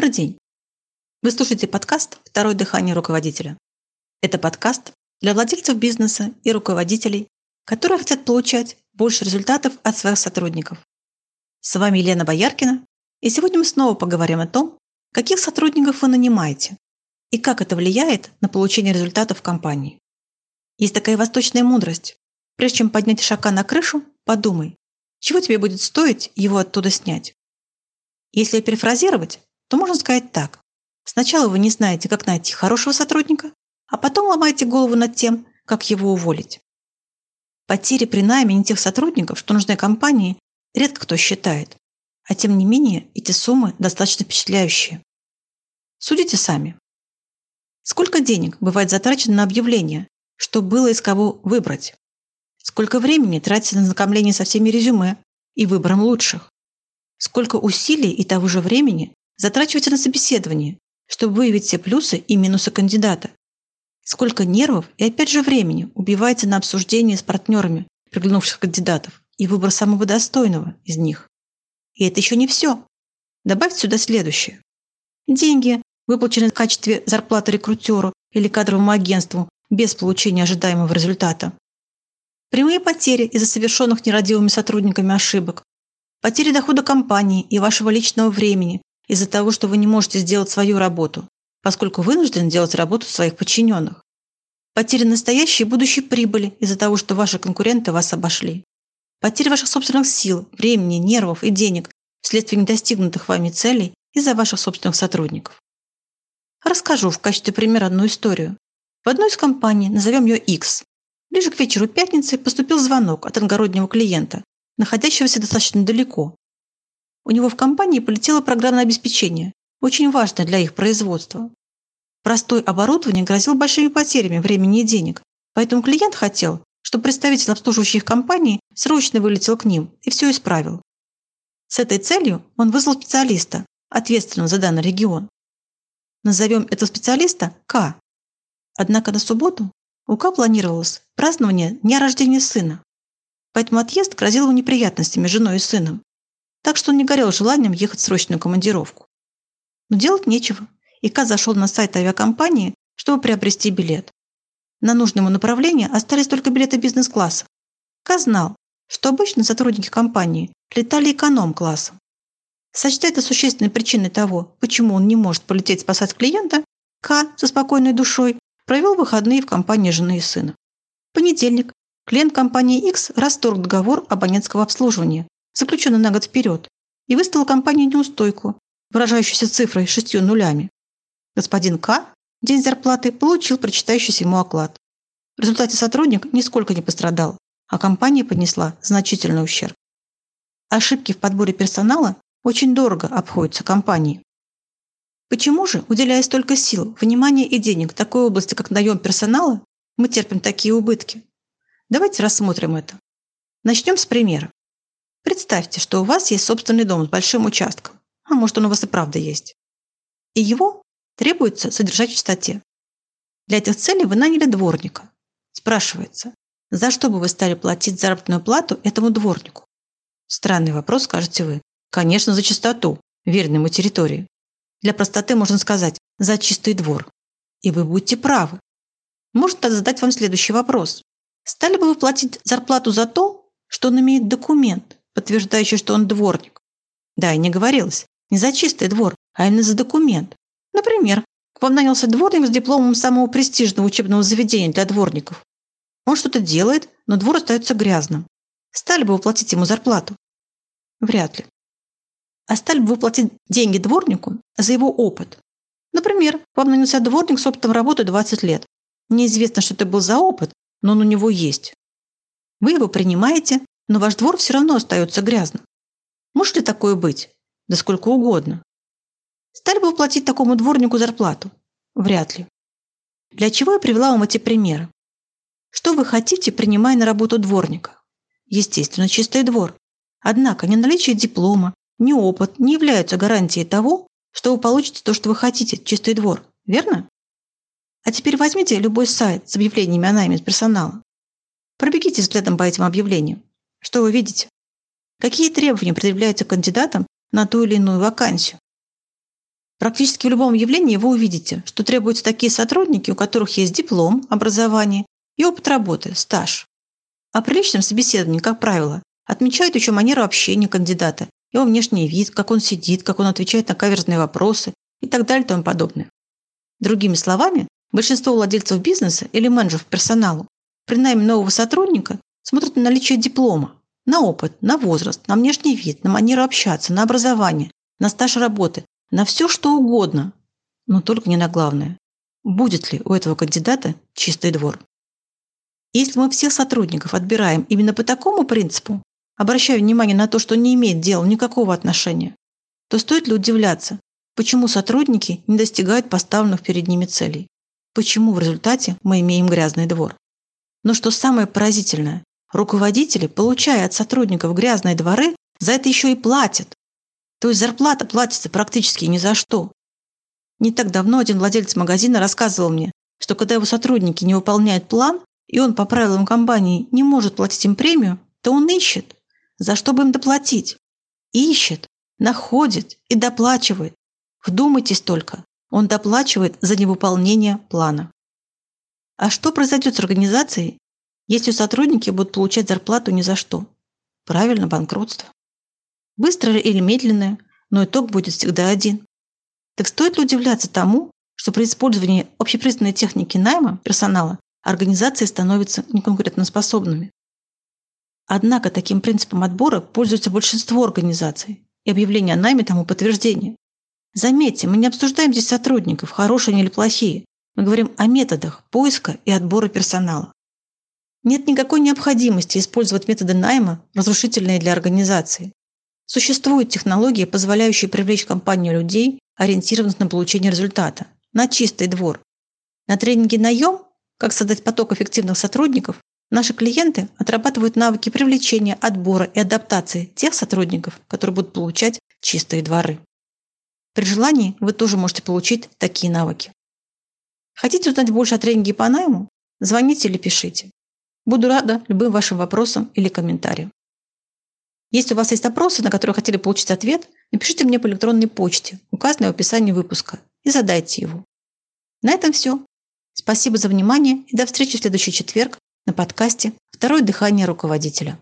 Добрый день! Вы слушаете подкаст «Второе дыхание руководителя». Это подкаст для владельцев бизнеса и руководителей, которые хотят получать больше результатов от своих сотрудников. С вами Елена Бояркина, и сегодня мы снова поговорим о том, каких сотрудников вы нанимаете и как это влияет на получение результатов в компании. Есть такая восточная мудрость. Прежде чем поднять ишака на крышу, подумай, чего тебе будет стоить его оттуда снять. Если перефразировать, то можно сказать так. Сначала вы не знаете, как найти хорошего сотрудника, а потом ломаете голову над тем, как его уволить. Потери при найме не тех сотрудников, что нужны компании, редко кто считает. А тем не менее, эти суммы достаточно впечатляющие. Судите сами. Сколько денег бывает затрачено на объявление, что было из кого выбрать? Сколько времени тратится на знакомление со всеми резюме и выбором лучших? Сколько усилий и того же времени затрачивается на собеседование, чтобы выявить все плюсы и минусы кандидата? Сколько нервов и опять же времени убивается на обсуждение с партнерами приглянувших кандидатов и выбор самого достойного из них? И это еще не все. Добавьте сюда следующее. Деньги, выплаченные в качестве зарплаты рекрутеру или кадровому агентству без получения ожидаемого результата. Прямые потери из-за совершенных нерадивыми сотрудниками ошибок. Потери дохода компании и вашего личного времени из-за того, что вы не можете сделать свою работу, поскольку вынуждены делать работу своих подчиненных. Потери настоящей и будущей прибыли из-за того, что ваши конкуренты вас обошли. Потери ваших собственных сил, времени, нервов и денег вследствие недостигнутых вами целей из-за ваших собственных сотрудников. Расскажу в качестве примера одну историю. В одной из компаний, назовем ее X, ближе к вечеру пятницы поступил звонок от иногороднего клиента, находящегося достаточно далеко. У него в компании полетело программное обеспечение, очень важное для их производства. Простое оборудование грозило большими потерями времени и денег, поэтому клиент хотел, чтобы представитель обслуживающей их компании срочно вылетел к ним и все исправил. С этой целью он вызвал специалиста, ответственного за данный регион. Назовем этого специалиста К. Однако на субботу у К планировалось празднование дня рождения сына. Поэтому отъезд грозил ему неприятностями с женой и сыном. Так что он не горел желанием ехать в срочную командировку. Но делать нечего, и К зашел на сайт авиакомпании, чтобы приобрести билет. На нужное ему направление остались только билеты бизнес-класса. К знал, что обычно сотрудники компании летали эконом-классом. Сочтя это существенной причиной того, почему он не может полететь спасать клиента, К со спокойной душой провел выходные в компании жены и сына. В понедельник клиент компании X расторг договор абонентского обслуживания, заключенный на год вперед, и выставил компании неустойку, выражающуюся цифрой 6 нулями. Господин К в день зарплаты получил причитающийся ему оклад. В результате сотрудник нисколько не пострадал, а компания понесла значительный ущерб. Ошибки в подборе персонала очень дорого обходятся компании. Почему же, уделяя столько сил, внимания и денег в такой области, как наем персонала, мы терпим такие убытки? Давайте рассмотрим это. Начнем с примера. Представьте, что у вас есть собственный дом с большим участком, а может он у вас и правда есть. И его требуется содержать в чистоте. Для этих целей вы наняли дворника. Спрашивается, за что бы вы стали платить заработную плату этому дворнику? Странный вопрос, скажете вы. Конечно, за чистоту, верной ему территории. Для простоты можно сказать «за чистый двор». И вы будете правы. Можно тогда задать вам следующий вопрос. Стали бы вы платить зарплату за то, что он имеет документ, подтверждающий, что он дворник? Да, и не говорилось. Не за чистый двор, а именно за документ. Например, к вам нанялся дворник с дипломом самого престижного учебного заведения для дворников. Он что-то делает, но двор остается грязным. Стали бы вы платить ему зарплату? Вряд ли. А стали бы вы платить деньги дворнику за его опыт? Например, к вам нанялся дворник с опытом работы 20 лет. Неизвестно, что это был за опыт, но он у него есть. Вы его принимаете, но ваш двор все равно остается грязным. Может ли такое быть? Да сколько угодно. Стали бы вы платить такому дворнику зарплату? Вряд ли. Для чего я привела вам эти примеры? Что вы хотите, принимая на работу дворника? Естественно, чистый двор. Однако ни наличие диплома, ни опыт не являются гарантией того, что вы получите то, что вы хотите, чистый двор. Верно? А теперь возьмите любой сайт с объявлениями о найме персонала. Пробегите взглядом по этим объявлениям. Что вы видите? Какие требования предъявляются кандидатам на ту или иную вакансию? Практически в любом явлении вы увидите, что требуются такие сотрудники, у которых есть диплом, образование и опыт работы, стаж. А при личном собеседовании, как правило, отмечают еще манеру общения кандидата, его внешний вид, как он сидит, как он отвечает на каверзные вопросы и так далее и тому подобное. Другими словами, большинство владельцев бизнеса или менеджеров персоналу при найме нового сотрудника смотрят на наличие диплома, на опыт, на возраст, на внешний вид, на манеру общаться, на образование, на стаж работы, на все, что угодно, но только не на главное. Будет ли у этого кандидата чистый двор? Если мы всех сотрудников отбираем именно по такому принципу, обращая внимание на то, что не имеет дела никакого отношения, то стоит ли удивляться, почему сотрудники не достигают поставленных перед ними целей? Почему в результате мы имеем грязный двор? Но что самое поразительное, руководители, получая от сотрудников грязные дворы, за это еще и платят. То есть зарплата платится практически ни за что. Не так давно один владелец магазина рассказывал мне, что когда его сотрудники не выполняют план, и он по правилам компании не может платить им премию, то он ищет, за что бы им доплатить. Ищет, находит и доплачивает. Вдумайтесь только, он доплачивает за невыполнение плана. А что произойдет с организацией, если сотрудники будут получать зарплату ни за что? Правильно, банкротство. Быстрое или медленное, но итог будет всегда один. Так стоит ли удивляться тому, что при использовании общепризнанной техники найма персонала организации становятся неконкурентоспособными? Однако таким принципом отбора пользуется большинство организаций, и объявление о найме тому подтверждение. Заметьте, мы не обсуждаем здесь сотрудников, хорошие они или плохие. Мы говорим о методах поиска и отбора персонала. Нет никакой необходимости использовать методы найма, разрушительные для организации. Существуют технологии, позволяющие привлечь в компанию людей, ориентированных на получение результата, на чистый двор. На тренинге «Наем», как создать поток эффективных сотрудников, наши клиенты отрабатывают навыки привлечения, отбора и адаптации тех сотрудников, которые будут получать чистые дворы. При желании вы тоже можете получить такие навыки. Хотите узнать больше о тренинге по найму? Звоните или пишите. Буду рада любым вашим вопросам или комментариям. Если у вас есть вопросы, на которые хотели получить ответ, напишите мне по электронной почте, указанной в описании выпуска, и задайте его. На этом все. Спасибо за внимание и до встречи в следующий четверг на подкасте «Второе дыхание руководителя».